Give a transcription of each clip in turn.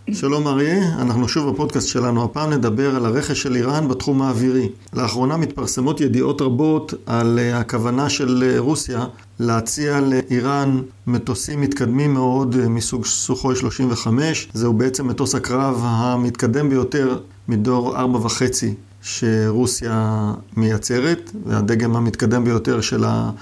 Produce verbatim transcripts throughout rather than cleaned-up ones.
שלום אריה, אנחנו שוב בפודקאסט שלנו. הפעם נדבר על הרכש של איראן בתחום האווירי. לאחרונה מתפרסמות ידיעות רבות על הכוונה של רוסיה להציע לאיראן מטוסים מתקדמים מאוד מסוג סוחוי שלושים וחמש. זהו בעצם מטוס הקרב המתקדם ביותר מדור ארבע וחצי שרוסיה מייצרת, והדגם המתקדם ביותר של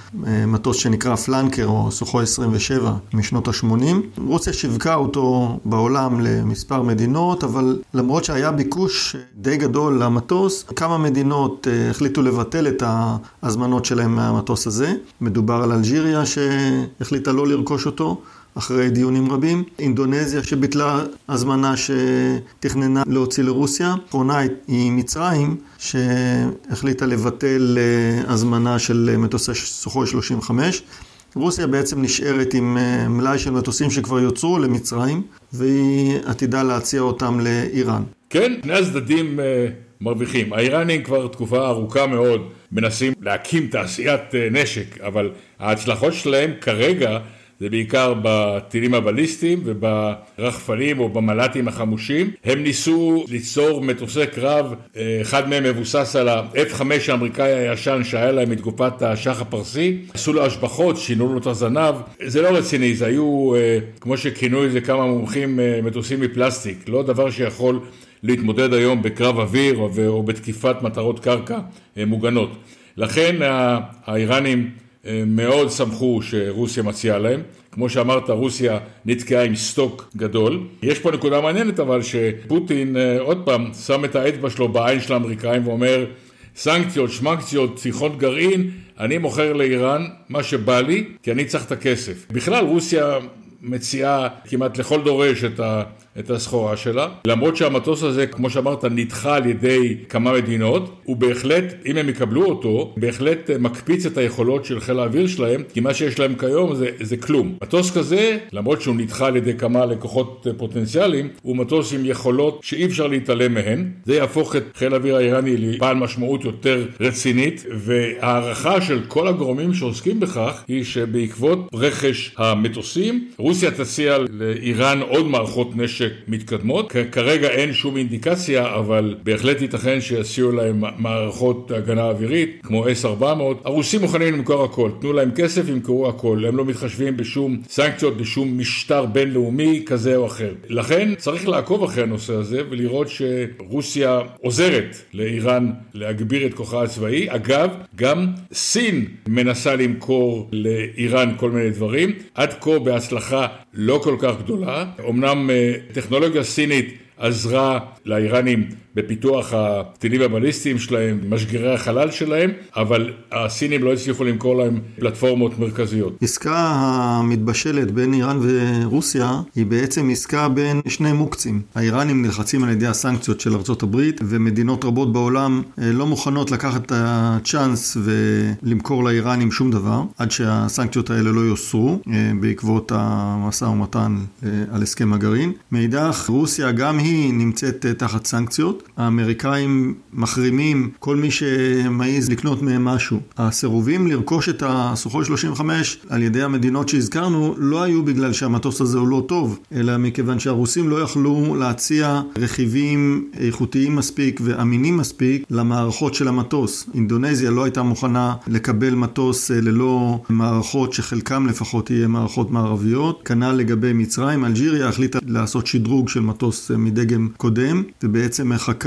המטוס שנקרא פלנקר או סוחוי עשרים ושבע משנות ה-שמונים. רוסיה שיווקה אותו בעולם למספר מדינות, אבל למרות שהיה ביקוש די גדול למטוס, כמה מדינות החליטו לבטל את ההזמנות שלהם מהמטוס הזה. מדובר על אלג'יריה שהחליטה לא לרכוש אותו אחרי דיונים רבים, אינדונזיה שביטלה הזמנה שתכננה להוציא לרוסיה, אחרונה היא מצרים שהחליטה לבטל הזמנה של מטוסי סוחוי שלושים וחמש. רוסיה בעצם נשארת עם מלאי של מטוסים שכבר יוצרו למצרים, והיא עתידה להציע אותם לאיראן. כן, שני הצדדים מרוויחים. האיראנים כבר תקופה ארוכה מאוד מנסים להקים תעשיית נשק, אבל ההצלחות שלהם כרגע זה בעיקר בטילים הבליסטיים וברחפנים או במל"טים החמושים. הם ניסו ליצור מטוסי קרב, אחד מהם מבוסס על ה-אף חמש האמריקאי הישן שהיה להם מתקופת השח הפרסי. עשו לו השבחות, שינו לו את הזנב. זה לא רציני, זה היו, כמו שכינו את זה כמה מומחים, מטוסים מפלסטיק. לא דבר שיכול להתמודד היום בקרב אוויר או בתקיפת מטרות קרקע מוגנות. לכן האיראנים מאוד שמחו שרוסיה מציעה להם. כמו שאמרת, רוסיה נתקעה עם סטוק גדול. יש פה נקודה מעניינת, אבל שפוטין עוד פעם שם את האצבע שלו בעין של האמריקאים ואומר, סנקציות, שמנקציות, שיחות גרעין, אני מוכר לאיראן מה שבא לי, כי אני צריך את הכסף. בכלל רוסיה מציעה כמעט לכל דורש את ה... את הסחורה שלה. למרות שהמטוס הזה, כמו שאמרת, נדחה על ידי כמה מדינות, הוא בהחלט, אם הם יקבלו אותו, בהחלט מקפיץ את היכולות של חיל האוויר שלהם, כי מה שיש להם כיום זה, זה כלום. מטוס כזה, למרות שהוא נדחה על ידי כמה לקוחות פוטנציאליים, הוא מטוס עם יכולות שאי אפשר להתעלם מהן. זה יהפוך את חיל האוויר האיראני לבעל משמעות יותר רצינית, והערכה של כל הגורמים שעוסקים בכך, היא שבעקבות רכש המטוסים, רוסיה תציע לאיראן עוד מערכות נשק מתקדמות. כרגע אין שום אינדיקציה, אבל בהחלט ייתכן שיציעו להם מערכות הגנה אווירית, כמו אס ארבע מאות. הרוסים מוכנים למכור הכל, תנו להם כסף, ימכרו הכל. הם לא מתחשבים בשום סנקציות, בשום משטר בינלאומי כזה או אחר. לכן צריך לעקוב אחרי הנושא הזה, ולראות שרוסיה עוזרת לאיראן להגביר את כוחה הצבאי. אגב, גם סין מנסה למכור לאיראן כל מיני דברים, עד כה בהצלחה לא כל כך גדולה. אמנם טכנולוגיה סינית עזרה לאיראנים בפיתוח הטילים הבליסטיים שלהם, משגרי החלל שלהם, אבל הסינים לא הצליחו למכור להם פלטפורמות מרכזיות. עסקה המתבשלת בין איראן ורוסיה היא בעצם עסקה בין שני מוקצים. האיראנים נלחצים על ידי הסנקציות של ארצות הברית, ומדינות רבות בעולם לא מוכנות לקחת את הצ'אנס ולמכור לאיראנים שום דבר, עד שהסנקציות האלה לא יוסרו בעקבות המשא ומתן על הסכם הגרעין. מאידך, רוסיה גם היא נמצאת תחת סנקציות. האמריקאים מחרימים כל מי שמעיז לקנות מהם משהו. הסירובים לרכוש את הסוחוי שלושים וחמש על ידי המדינות שהזכרנו לא היו בגלל שהמטוס הזה הוא לא טוב, אלא מכיוון שהרוסים לא יכלו להציע רכיבים איכותיים מספיק ואמינים מספיק למערכות של המטוס. אינדונזיה לא הייתה מוכנה לקבל מטוס ללא מערכות שחלקם לפחות יהיה מערכות מערביות. כנ"ל לגבי מצרים. אלג'יריה החליטה לעשות שדרוג של מטוס מדגם קודם, ובעצם מחכה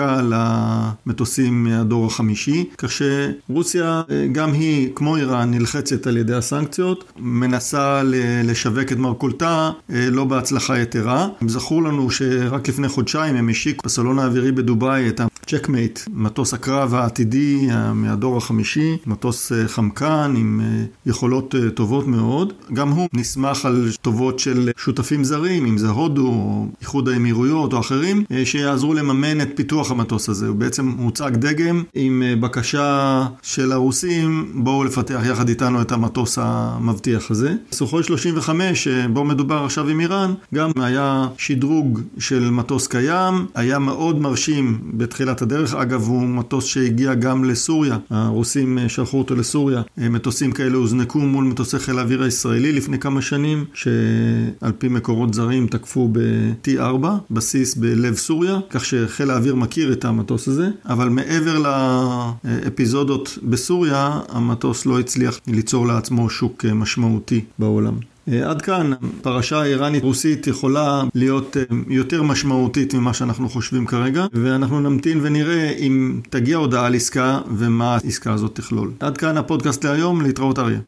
למטוסים מהדור החמישי, כך שרוסיה גם היא, כמו איראן, נלחצת על ידי הסנקציות, מנסה לשווק את מרכולתה, לא בהצלחה יתרה. זכור לנו שרק לפני חודשיים הם השיקו בסלון האווירי בדובאי את צ'קמייט, מטוס הקרב העתידי מהדור החמישי, מטוס חמקן עם יכולות טובות מאוד. גם הוא נסמך על טובות של שותפים זרים, אם זה הודו או איחוד האמירויות או אחרים, שיעזרו לממן את פיתוח המטוס הזה. הוא בעצם הוצג דגם עם בקשה של הרוסים, בואו לפתח יחד איתנו את המטוס המבטיח הזה. סוחוי שלושים וחמש, בו מדובר עכשיו עם איראן, גם היה שדרוג של מטוס קיים, היה מאוד מרשים בתחילת בתחילת הדרך. אגב, הוא מטוס שהגיע גם לסוריה. הרוסים שלחו אותו לסוריה. מטוסים כאלה הוזנקו מול מטוסי חיל האוויר הישראלי לפני כמה שנים, שעל פי מקורות זרים תקפו ב-טי ארבע, בסיס בלב סוריה, כך שחיל האוויר מכיר את המטוס הזה. אבל מעבר לאפיזודות בסוריה, המטוס לא הצליח ליצור לעצמו שוק משמעותי בעולם. עד כאן, פרשה האיראנית-רוסית יכולה להיות יותר משמעותית ממה שאנחנו חושבים כרגע, ואנחנו נמתין ונראה אם תגיע הודעה על עסקה ומה העסקה הזאת תכלול. עד כאן הפודקאסט להיום, להתראות אריה.